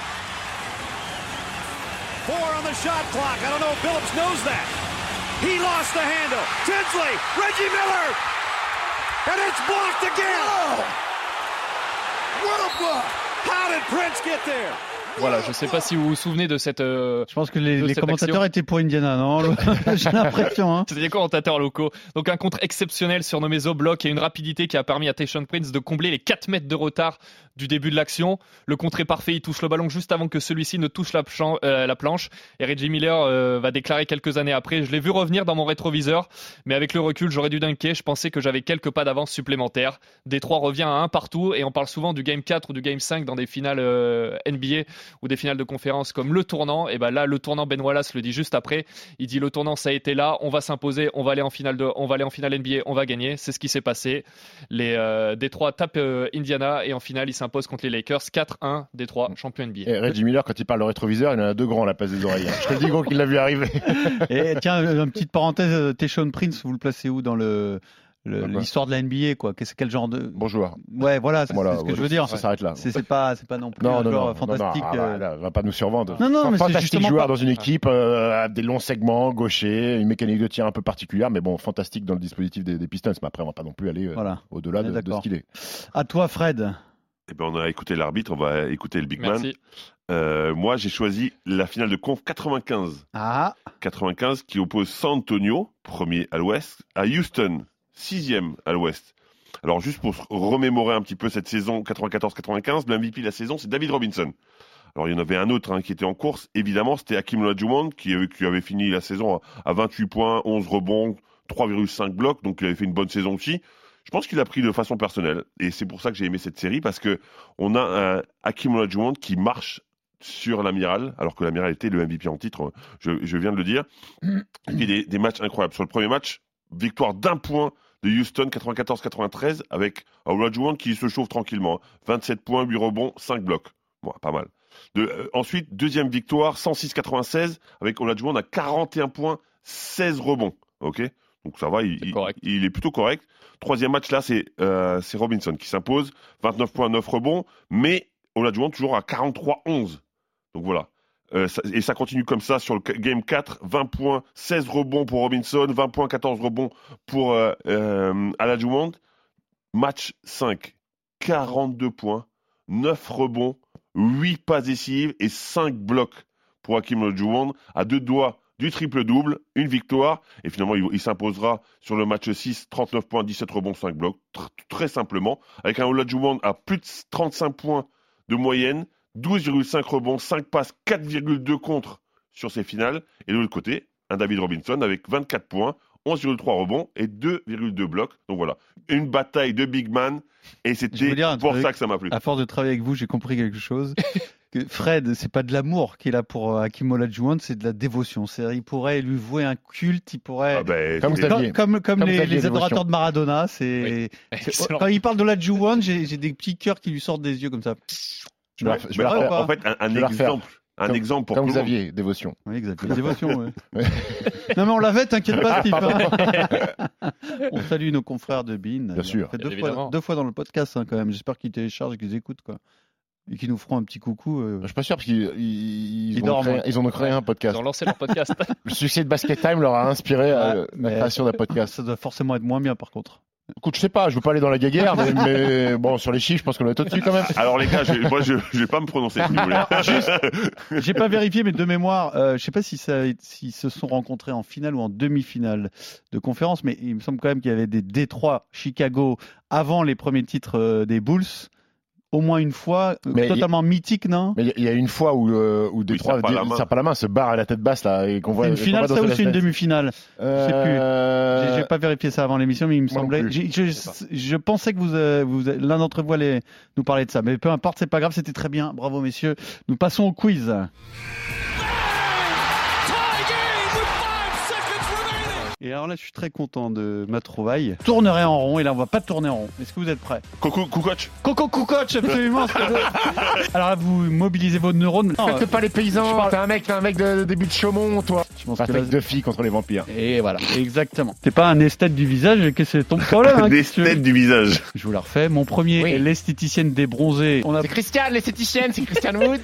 4 on the shot clock. I don't know if Billups knows that. He lost the handle. Tinsley, Reggie Miller. And it's blocked again. Oh! What a block! How did Prince get there? Voilà, je ne sais pas si vous vous souvenez de cette. Je pense que les commentateurs étaient pour Indiana, non? J'ai l'impression. Hein. C'était des commentateurs locaux. Donc un contre exceptionnel surnommé Zo-Block et une rapidité qui a permis à Tayshaun Prince de combler les 4 mètres de retard du début de l'action. Le contre est parfait, il touche le ballon juste avant que celui-ci ne touche la planche. Et Reggie Miller va déclarer quelques années après: je l'ai vu revenir dans mon rétroviseur, mais avec le recul, j'aurais dû dunker. Je pensais que j'avais quelques pas d'avance supplémentaires. Détroit revient à 1 partout et on parle souvent du Game 4 ou du Game 5 dans des finales NBA ou des finales de conférence comme le tournant. Et ben là, le tournant, Ben Wallace le dit juste après. Il dit: le tournant, ça a été là, on va s'imposer, on va aller en finale NBA, on va gagner. C'est ce qui s'est passé. Les Détroit tapent Indiana et en finale, ils s'imposent contre les Lakers 4-1. Détroit, champion NBA. Et Reggie Miller, quand il parle de rétroviseur, il en a 2 grands à la place des oreilles. Je te le dis, gros, qu'il l'a vu arriver. Et tiens, une petite parenthèse, Tayshaun Prince, vous le placez où dans l'histoire de la NBA, quoi? Quel genre de bon joueur? Ouais, voilà, c'est ce que je veux dire. Ça s'arrête là. C'est pas non plus un joueur fantastique. Là, va pas nous survendre. Non, mais fantastique c'est justement joueur dans une équipe, des longs segments, gaucher, une mécanique de tir un peu particulière, mais bon, fantastique dans le dispositif des Pistons. Mais après, on va pas non plus aller au-delà de ce qu'il est. À toi, Fred. Eh ben, on a écouté l'arbitre, on va écouter le big Merci. man. Moi, j'ai choisi la finale de conf 95. 95 qui oppose San Antonio, premier à l'ouest, à Houston, 6e à l'ouest. Alors, juste pour remémorer un petit peu cette saison 94-95, le MVP de la saison, c'est David Robinson. Alors, il y en avait un autre qui était en course, évidemment, c'était Hakeem Olajuwon qui avait fini la saison à 28 points, 11 rebonds, 3,5 blocs, donc il avait fait une bonne saison aussi. Je pense qu'il a pris de façon personnelle, et c'est pour ça que j'ai aimé cette série, parce que on a un Hakeem Olajuwon qui marche sur l'amiral, alors que l'amiral était le MVP en titre, je viens de le dire. Il fait des matchs incroyables. Sur le premier match, victoire d'1 point de Houston 94-93 avec Olajuwon qui se chauffe tranquillement. 27 points, 8 rebonds, 5 blocs. Bon, pas mal. Ensuite, deuxième victoire, 106-96 avec Olajuwon à 41 points, 16 rebonds. Ok, donc ça va, il est plutôt correct. Troisième match là, c'est Robinson qui s'impose, 29 points, 9 rebonds, mais Olajuwon toujours à 43-11. Donc voilà. Et ça continue comme ça sur le Game 4, 20 points, 16 rebonds pour Robinson, 20 points, 14 rebonds pour Olajuwon. Match 5, 42 points, 9 rebonds, 8 passes décisives et 5 blocs pour Hakeem Olajuwon, à 2 doigts du triple-double, une victoire, et finalement il s'imposera sur le match 6, 39 points, 17 rebonds, 5 blocs, très simplement, avec un Olajuwon à plus de 35 points de moyenne, 12,5 rebonds, 5 passes, 4,2 contre sur ces finales. Et de l'autre côté, un David Robinson avec 24 points, 11,3 rebonds et 2,2 blocs. Donc voilà, une bataille de big man. Et c'était pour ça que ça m'a plu. À force de travailler avec vous, j'ai compris quelque chose. Que Fred, c'est pas de l'amour qu'il a pour Hakeem Olajuwon, c'est de la dévotion. C'est-à-dire, il pourrait lui vouer un culte, il pourrait comme les adorateurs de Maradona. Quand il parle d'Olajuwon, j'ai des petits cœurs qui lui sortent des yeux comme ça. En fait, un exemple pour comme tout le monde. Xavier, dévotion. Oui, exactement. Dévotion, ouais. Non, mais on l'avait, t'inquiète pas, Steve. On salue nos confrères de BeIN. Bien sûr. Deux fois dans le podcast, quand même. J'espère qu'ils téléchargent et qu'ils écoutent, quoi. Et qu'ils nous feront un petit coucou. Je suis pas sûr, parce qu'ils ont créé un podcast. Ils ont lancé leur podcast. Le succès de Basket Time leur a inspiré la création d'un podcast. Ça doit forcément être moins bien, par contre. Écoute, je sais pas, je veux pas aller dans la guéguerre, mais bon, sur les chiffres, je pense qu'on est au-dessus quand même. Alors les gars, moi je vais pas me prononcer si vous voulez. Juste, j'ai pas vérifié, mais de mémoire, je sais pas s'ils se sont rencontrés en finale ou en demi-finale de conférence, mais il me semble quand même qu'il y avait des Détroit, Chicago avant les premiers titres des Bulls. au moins une fois, totalement mythique, non? Mais il y a une fois où Détroit serre pas la main, se barre à la tête basse là et qu'on voit. C'est une finale, ça, ou c'est une demi-finale? Je sais plus. J'ai pas vérifié ça avant l'émission, mais il me semblait. Je pensais que vous l'un d'entre vous allait nous parler de ça, mais peu importe, c'est pas grave, c'était très bien. Bravo messieurs. Nous passons au quiz. Et alors là, je suis très content de ma trouvaille. Je tournerai en rond, et là, on va pas tourner en rond. Est-ce que vous êtes prêts? Coco Kukoc. Coco Kukoc, absolument. Alors là, vous mobilisez vos neurones. Faites pas les paysans. T'es un mec de début de Chaumont, toi. Je pense que deux filles contre les vampires. Et voilà, exactement. T'es pas un esthète du visage, qu'est-ce que c'est ton problème? Un esthète du visage. Je vous la refais. Mon premier est l'esthéticienne des bronzés. C'est Christiane, l'esthéticienne, c'est Christiane Wood.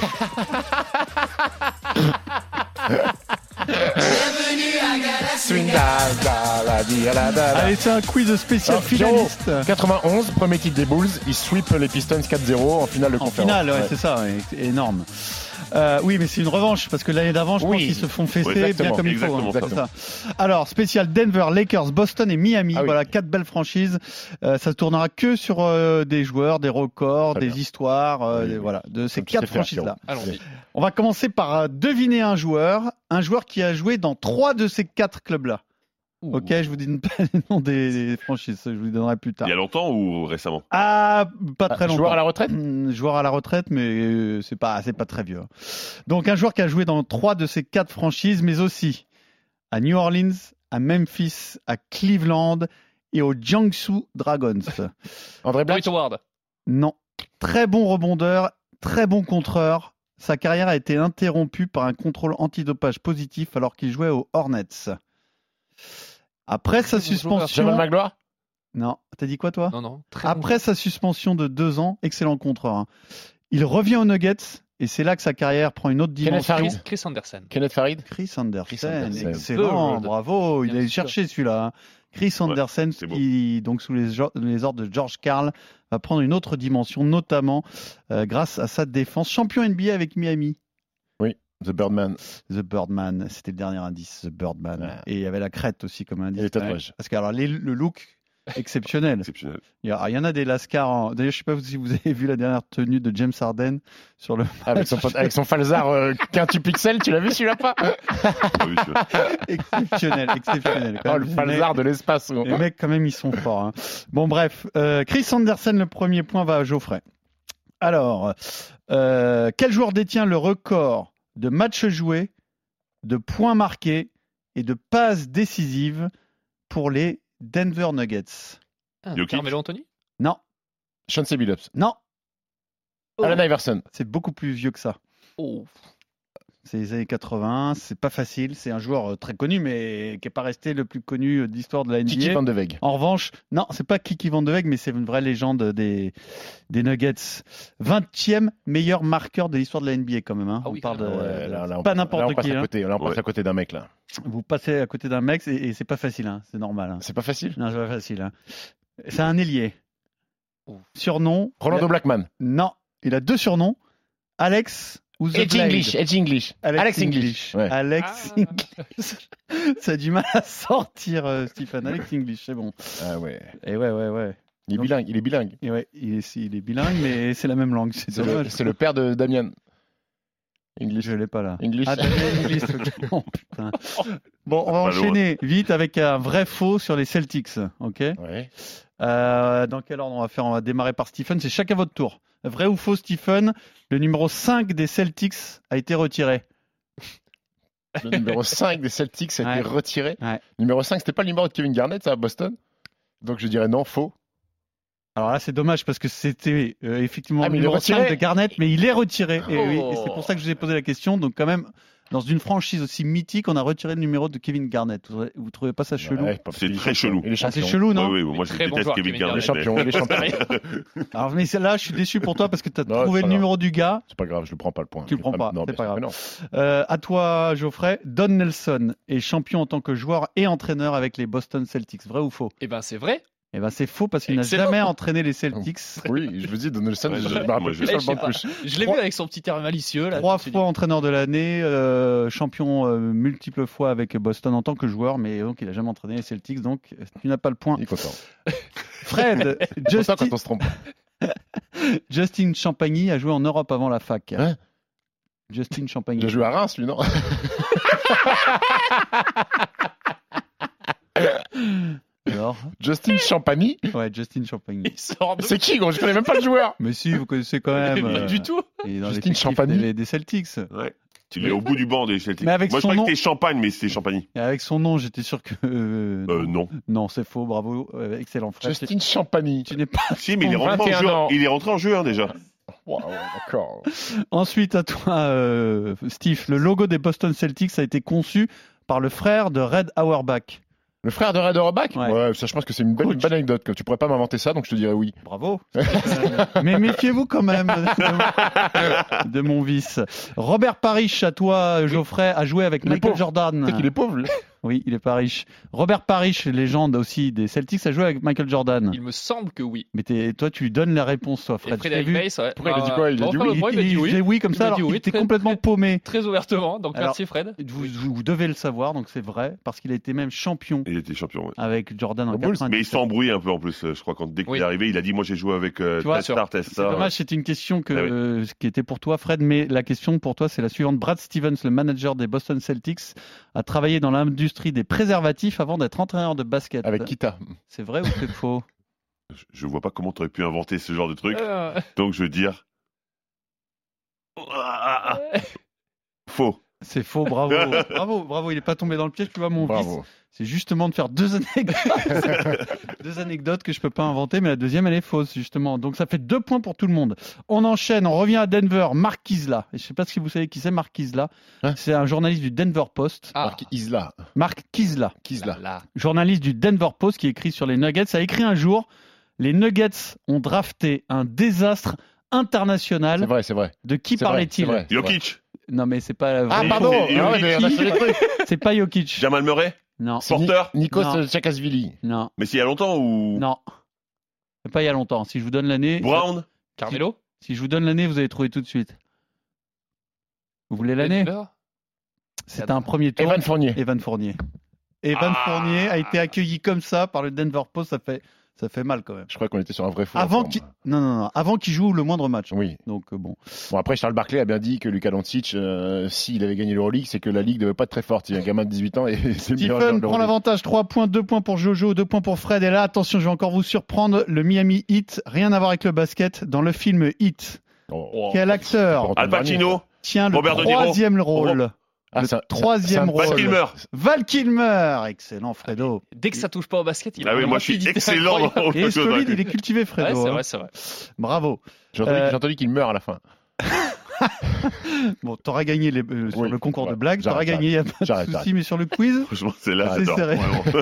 Allez, c'est un quiz spécial finaliste. 91, premier titre des Bulls, ils sweep les Pistons 4-0 en finale de conférence. En finale, ouais. C'est ça, énorme. Oui, mais c'est une revanche parce que l'année d'avant, je pense qu'ils se font fesser bien comme il faut. Ça. Alors, spécial Denver, Lakers, Boston et Miami. Voilà, 4 belles franchises. Ça se tournera que sur des joueurs, des records, des histoires, voilà, de ces 4 franchises-là. On va commencer par deviner un joueur qui a joué dans 3 de ces 4 clubs-là. Ok, je vous dis pas les noms des franchises, je vous les donnerai plus tard. Il y a longtemps ou récemment? Pas très longtemps. Joueur à la retraite? Joueur à la retraite, mais c'est pas très vieux. Donc un joueur qui a joué dans 3 de ces 4 franchises, mais aussi à New Orleans, à Memphis, à Cleveland et aux Jiangsu Dragons. André Black? Non. Très bon rebondeur, très bon contreur. Sa carrière a été interrompue par un contrôle antidopage positif alors qu'il jouait aux Hornets. Après sa suspension... Jamal Magloire? Non. T'as dit quoi, toi? Non. Après sa suspension de 2 ans, excellent contreur. Il revient aux Nuggets et c'est là que sa carrière prend une autre dimension. Chris Andersen. Kenneth Farid? Chris Andersen. Excellent, bravo. Il a cherché celui-là. Chris Andersen, qui, donc sous les ordres de George Karl, va prendre une autre dimension, notamment grâce à sa défense. Champion NBA avec Miami. Oui. The Birdman, c'était le dernier indice, The Birdman. Ouais. Et il y avait la crête aussi comme indice. Et les tatouages. Parce que alors, le look, exceptionnel. Il y en a des Lascar. D'ailleurs, je ne sais pas si vous avez vu la dernière tenue de James Harden sur le. Avec son falzar quintupixel, tu l'as vu celui-là pas? Exceptionnel. Le falzar de l'espace. Les mecs, quand même, ils sont forts. Hein. Bon, bref. Chris Andersen, le premier point va à Geoffrey. Alors, quel joueur détient le record de matchs joués, de points marqués et de passes décisives pour les Denver Nuggets? Carmelo Anthony? Non. Chauncey Billups? Non. Allen Iverson? C'est beaucoup plus vieux que ça. C'est les années 80, c'est pas facile, c'est un joueur très connu mais qui n'est pas resté le plus connu de l'histoire de la NBA. Kiki Van de Weg. En revanche, non, c'est pas Kiki Van de Weg, mais c'est une vraie légende des Nuggets. 20e meilleur marqueur de l'histoire de la NBA quand même. Hein. On parle pas n'importe qui. Là, on passe à côté d'un mec là. Vous passez à côté d'un mec et c'est pas facile, hein. C'est normal. Hein. C'est pas facile? Non, c'est pas facile. Hein. C'est un ailier. Surnom? Rolando Blackman? Non, il a 2 surnoms. Alex... Edge English. Alex English. Ouais. Alex English. Ça a du mal à sortir, Stephen. Alex English, c'est bon. Ah ouais. Et ouais. Il est bilingue. Et ouais, il est bilingue, mais c'est la même langue. C'est le père de Damien. English. Je l'ai pas là. English. Ah, Damien English. Oh, putain. Bon, on va enchaîner vite avec un vrai faux sur les Celtics. Ok. Ouais. Dans quel ordre on va faire? On va démarrer par Stephen. C'est chacun votre tour. Vrai ou faux, Stephen? Le numéro 5 des Celtics a été retiré. Le numéro 5 des Celtics a été retiré. Ouais. Numéro 5, c'était pas le numéro de Kevin Garnett, ça, à Boston? Donc je dirais non, faux. Alors là, c'est dommage parce que c'était effectivement le numéro 5 de Garnett, mais il est retiré. Et c'est pour ça que je vous ai posé la question. Donc quand même, dans une franchise aussi mythique, on a retiré le numéro de Kevin Garnett. Vous trouvez pas ça chelou? C'est très chelou. C'est chelou, non? Oui, moi je déteste Kevin Garnett. Il est champion. Alors, mais là, je suis déçu pour toi parce que tu as trouvé le numéro du gars. C'est pas grave, je le prends pas le point. Tu le prends pas, non, c'est pas grave. À toi, Geoffrey. Don Nelson est champion en tant que joueur et entraîneur avec les Boston Celtics. Vrai ou faux? Eh ben, c'est vrai. Eh ben c'est faux parce qu'il n'a jamais entraîné les Celtics. Oui, je vous dis, Don Nelson, je me rappelle plus sur le banc de touche. Je l'ai vu avec son petit air malicieux. 3 fois entraîneur de l'année, champion multiples fois avec Boston en tant que joueur, mais donc il n'a jamais entraîné les Celtics, donc tu n'as pas le point. Il est content. Fred, Justin... quand on se trompe. Justin Champagny a joué en Europe avant la fac. Hein Justin Champagny. Il a joué à Reims, lui, non? Alors Justin Champagny? Ouais, Justin Champagny. C'est qui, gros? Je connais même pas le joueur. Mais si, vous connaissez quand même. Pas du tout. Il est dans Justin l'effectif Champagny. des Celtics. Ouais. Tu l'es au bout du banc des Celtics. Mais avec Moi, je son croyais nom- que c'était Champagne, mais c'était Champagny. Et avec son nom, j'étais sûr que. Non. Non, c'est faux, bravo. Excellent, Fred. Justin Champagny. Tu n'es pas. Si, mais il est rentré en 21 jeu. ans. Il est rentré en jeu, déjà. Wow, d'accord. Ensuite, à toi, Steve. Le logo des Boston Celtics a été conçu par le frère de Red Auerbach. Le frère de Red Auerbach? Ouais. Ça, je pense que c'est une bonne anecdote. Tu pourrais pas m'inventer ça, donc je te dirais oui. Bravo. Mais méfiez-vous quand même de mon vice. Robert Parrish, à toi, Geoffrey, a joué avec Il est Michael pauvre. Jordan. Tu sais qu'il est pauvre, lui. Oui, il est pas riche. Robert Parrish, légende aussi des Celtics, a joué avec Michael Jordan. Il me semble que oui. Mais toi, tu lui donnes la réponse, toi, Et Fred. Frédéric Je t'ai vu. Weiss, ouais. Pourquoi il a dit quoi? Il a dit oui. Moi, il m'a dit Il oui. disait oui comme Il ça, m'a alors dit qu'il oui, était très- complètement paumé. Très ouvertement. Donc Alors, merci Fred. Vous devez le savoir, donc c'est vrai, parce qu'il a été même champion Il était champion, ouais. avec Jordan en Au Bulls. 97. Mais il s'est embrouillé un peu en plus. Je crois dès qu'il Oui. est arrivé, il a dit moi j'ai joué avec vois, Testar. C'est dommage, c'était une question qui était pour toi, Fred, mais la question pour toi, c'est la suivante. Brad Stevens, le manager des Boston Celtics, a travaillé dans l'industrie des préservatifs avant d'être entraîneur de basket. Avec Kita. C'est vrai ou c'est faux? Je vois pas comment tu aurais pu inventer ce genre de truc. Donc je veux dire. Faux. C'est faux, bravo. Bravo, il n'est pas tombé dans le piège, tu vois, mon vice. Bravo. C'est justement de faire deux anecdotes que je peux pas inventer, mais la deuxième, elle est fausse, justement. Donc ça fait 2 points pour tout le monde. On enchaîne, on revient à Denver. Mark Kisla. Et je sais pas si vous savez qui c'est, Mark Kisla. Hein C'est un journaliste du Denver Post. Mark Isla. Mark Kisla. Là. Journaliste du Denver Post qui écrit sur les Nuggets, a écrit un jour: les Nuggets ont drafté un désastre international. C'est vrai. De qui C'est vrai, parlait-il? c'est vrai. Jokic. Non, mais c'est pas. Ah, Et- pardon. et- et- Ah ouais, mais on a fait des trucs. C'est pas Jokic. Jamal Murray. Non, C'est Porter. Nikos Non. Tchakashvili. non, Mais c'est il y a longtemps ou. non. C'est pas il y a longtemps. Si je vous donne l'année. Brown. Carmelo. Si je vous donne l'année, vous allez trouver tout de suite. Vous voulez l'année? Denver. C'est un premier tour. Evan Fournier. Evan Fournier. Evan Fournier a été accueilli comme ça par le Denver Post. Ça fait mal quand même. Je crois qu'on était sur un vrai faux. Avant ensemble. qu'il, non, avant qu'il joue le moindre match. Oui. Donc bon. Bon, après, Charles Barkley a bien dit que Luka Doncic, s'il avait gagné l'Euroleague, c'est que la Ligue devait pas être très forte. Il y a un gamin de 18 ans et c'est le meilleur joueur Stephen de prend l'Euroleague. l'avantage. 3 points, 2 points pour Jojo, 2 points pour Fred. Et là, attention, je vais encore vous surprendre. Le Miami Heat, rien à voir avec le basket. Dans le film Heat, Oh. quel acteur Al Pacino. tient le Robert De Niro. troisième rôle? Ah, Le c'est un- troisième c'est un- rôle. Val Kilmer. Val Kilmer. Excellent, Fredo. Dès que ça touche pas au basket, il a Ah oui, une moi je suis rapidité excellent incroyable. dans Il est solide, il est cultivé, Fredo. Ouais, c'est hein. vrai, c'est vrai. Bravo. J'ai entendu qu'il meurt à la fin. Bon, t'auras gagné sur Oui, le concours de voilà. blagues, t'auras J'arrête, gagné, il n'y a pas de j'arrête, souci, mais sur le quiz, Franchement, c'est là, C'est j'adore. serré.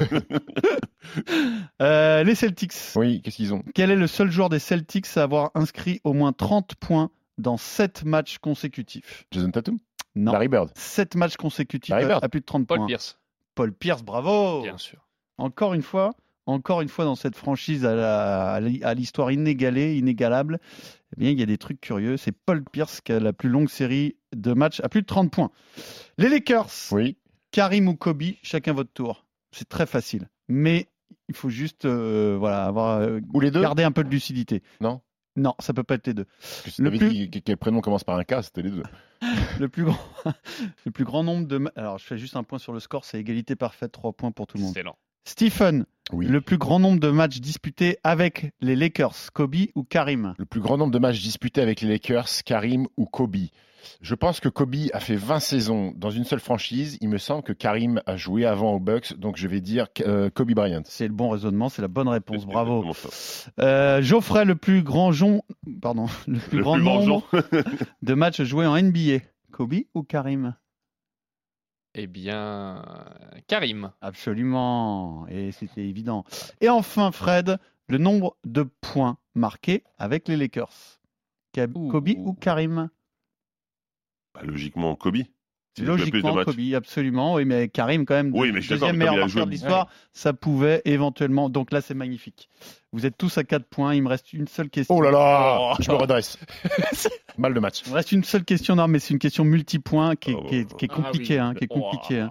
Vraiment. les Celtics. Oui, qu'est-ce qu'ils ont? Quel est le seul joueur des Celtics à avoir inscrit au moins 30 points dans 7 matchs consécutifs? Jason Tatum? Non. Larry Bird? 7 matchs consécutifs Larry Bird. à plus de 30 Paul points. Pierce, Paul Pierce, bravo. bien sûr. Encore une fois dans cette franchise à l'histoire inégalable, eh bien, il y a des trucs curieux. C'est Paul Pierce qui a la plus longue série de matchs à plus de 30 points. Les Lakers, Oui. Karim ou Kobe, chacun votre tour. C'est très facile. Mais il faut juste Ou les deux? garder un peu de lucidité. Non? Non, ça peut pas être les deux. Parce que si Le t'avais plus- dit quel prénom commence par un K, c'était les deux. Le plus grand nombre de... Alors, je fais juste un point sur le score, c'est égalité parfaite, 3 points pour tout le monde. Excellent. Stephen, Oui. le plus grand nombre de matchs disputés avec les Lakers, Kobe ou Karim? Le plus grand nombre de matchs disputés avec les Lakers, Karim ou Kobe? Je pense que Kobe a fait 20 saisons dans une seule franchise. Il me semble que Karim a joué avant aux Bucks, donc je vais dire Kobe Bryant. C'est le bon raisonnement, c'est la bonne réponse, bravo. Exactement ça. Geoffrey, le plus grand nombre de matchs joués en NBA, Kobe ou Karim? Eh bien, Karim. Absolument, et c'était évident. Et enfin, Fred, le nombre de points marqués avec les Lakers, Kobe ou Karim? Bah, logiquement, Kobe. S'il a fait plus de Logiquement, matchs. Kobe, absolument. Oui, mais Karim, quand même, Oui, mais je suis d'accord, deuxième mais comme meilleur il a marqueur joué- de l'histoire, ça pouvait éventuellement. Donc là, c'est magnifique. Vous êtes tous à 4 points. Il me reste une seule question. Oh là là, je me redresse. Mal de match. Il me reste une seule question. Non, mais c'est une question multipoint qui est Oh. compliquée. Qui est compliquée.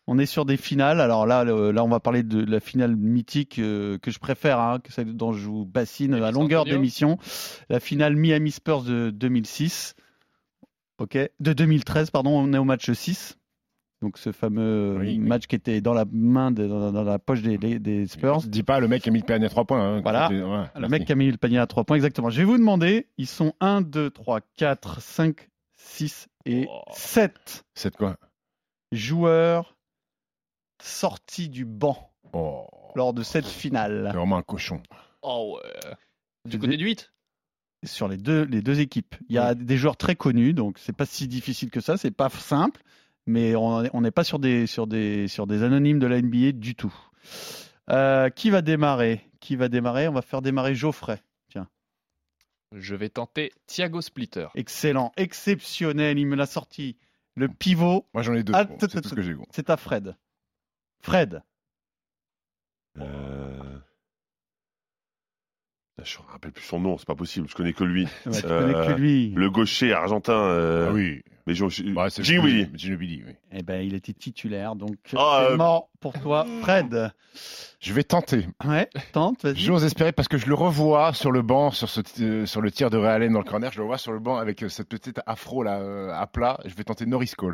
On est sur des finales. Alors là, on va parler de la finale mythique que je préfère, que celle dont je vous bassine à longueur d'émission. La finale Miami Spurs de 2006. Ok, de 2013, pardon. On est au match 6. Donc ce fameux match qui était dans la main, dans la poche des Spurs. Dis pas le mec qui a mis le panier à 3 points. Voilà, le mec qui a mis le panier à 3 points, exactement. Je vais vous demander, ils sont 1, 2, 3, 4, 5, 6 et 7. 7 quoi? Joueurs sortis du banc lors de cette finale. C'est vraiment un cochon. Oh ouais. Du côté de 8 sur les deux équipes. Il y a des joueurs très connus, donc c'est pas si difficile que ça, c'est pas simple. Mais on n'est pas sur des anonymes de la NBA du tout. Qui va démarrer? On va faire démarrer Geoffrey. Tiens. Je vais tenter Thiago Splitter. Excellent, exceptionnel. Il me l'a sorti. Le pivot. Moi j'en ai 2. C'est tout ce que j'ai. C'est à Fred. Fred. Je ne me rappelle plus son nom, c'est pas possible. Je connais que lui. Tu connais que lui. Le gaucher argentin. Ah oui. Mais c'est Ginobili. Oui. Eh ben, il était titulaire, donc c'est mort pour toi, Fred. Je vais tenter. Ouais, tente, vas-y. J'ose espérer parce que je le revois sur le banc, sur le tir de Ray Allen dans le corner. Je le vois sur le banc avec cette petite afro là à plat. Je vais tenter Norris Cole.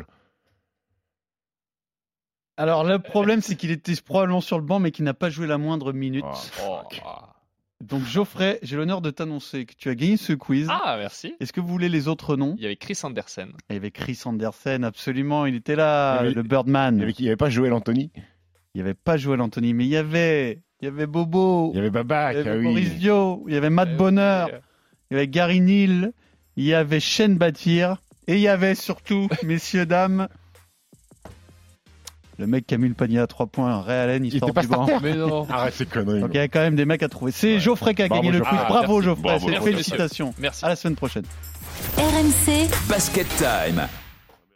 Alors le problème, c'est qu'il était probablement sur le banc, mais qu'il n'a pas joué la moindre minute. Donc Geoffrey, j'ai l'honneur de t'annoncer que tu as gagné ce quiz. Ah, merci. Est-ce que vous voulez les autres noms? Il y avait Chris Andersen. Il y avait Chris Andersen, absolument. Il était là, le Birdman. Il n'y avait pas Joel Anthony. Il n'y avait pas Joel Anthony, mais il y avait Bobo. Il y avait Babac. Il y avait Maurice Dio. Il y avait Matt Bonner. Il y avait Gary Neal. Il y avait Shane Battier. Et il y avait surtout, messieurs, dames, le mec qui a mis le panier à 3 points, Ray Allen, il sort du banc. Mais non. Arrête ces conneries. Donc il y a quand même des mecs à trouver. C'est Geoffrey qui a gagné le quiz. Bravo Geoffrey, félicitations. Merci. À la semaine prochaine. RMC Basket Time.